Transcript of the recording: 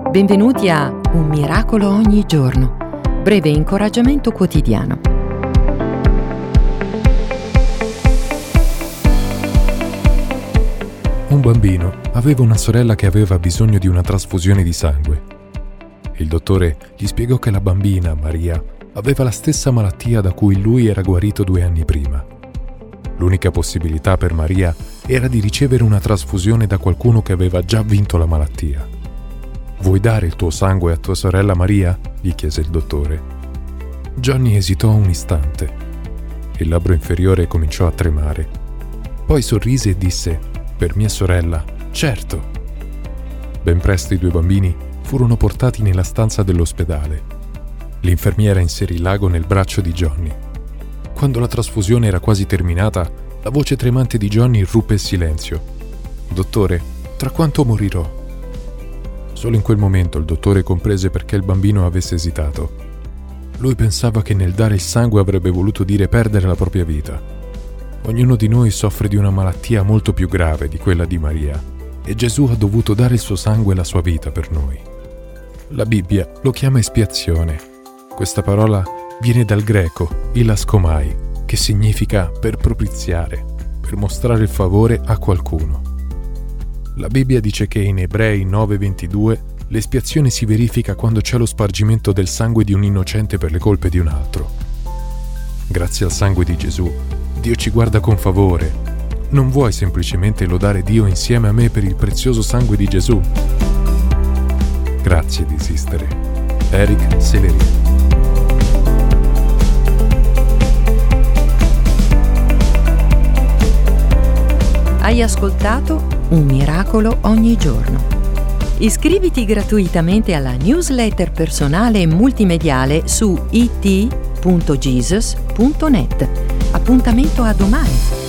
Benvenuti a Un miracolo ogni giorno, breve incoraggiamento quotidiano. Un bambino aveva una sorella che aveva bisogno di una trasfusione di sangue. Il dottore gli spiegò che la bambina, Maria, aveva la stessa malattia da cui lui era guarito 2 anni prima. L'unica possibilità per Maria era di ricevere una trasfusione da qualcuno che aveva già vinto la malattia. «Vuoi dare il tuo sangue a tua sorella Maria?» gli chiese il dottore. Johnny esitò un istante. Il labbro inferiore cominciò a tremare. Poi sorrise e disse: «Per mia sorella, certo!» Ben presto i 2 bambini furono portati nella stanza dell'ospedale. L'infermiera inserì l'ago nel braccio di Johnny. Quando la trasfusione era quasi terminata, la voce tremante di Johnny ruppe il silenzio. «Dottore, tra quanto morirò?» Solo in quel momento il dottore comprese perché il bambino avesse esitato. Lui pensava che nel dare il sangue avrebbe voluto dire perdere la propria vita. Ognuno di noi soffre di una malattia molto più grave di quella di Maria, e Gesù ha dovuto dare il suo sangue e la sua vita per noi. La Bibbia lo chiama espiazione. Questa parola viene dal greco ilaskomai, che significa per propiziare, per mostrare il favore a qualcuno. La Bibbia dice che in Ebrei 9:22 l'espiazione si verifica quando c'è lo spargimento del sangue di un innocente per le colpe di un altro. Grazie al sangue di Gesù, Dio ci guarda con favore. Non vuoi semplicemente lodare Dio insieme a me per il prezioso sangue di Gesù? Grazie di esistere. Eric Sellerie. Hai ascoltato Un miracolo ogni giorno. Iscriviti gratuitamente alla newsletter personale e multimediale su it.jesus.net. Appuntamento a domani.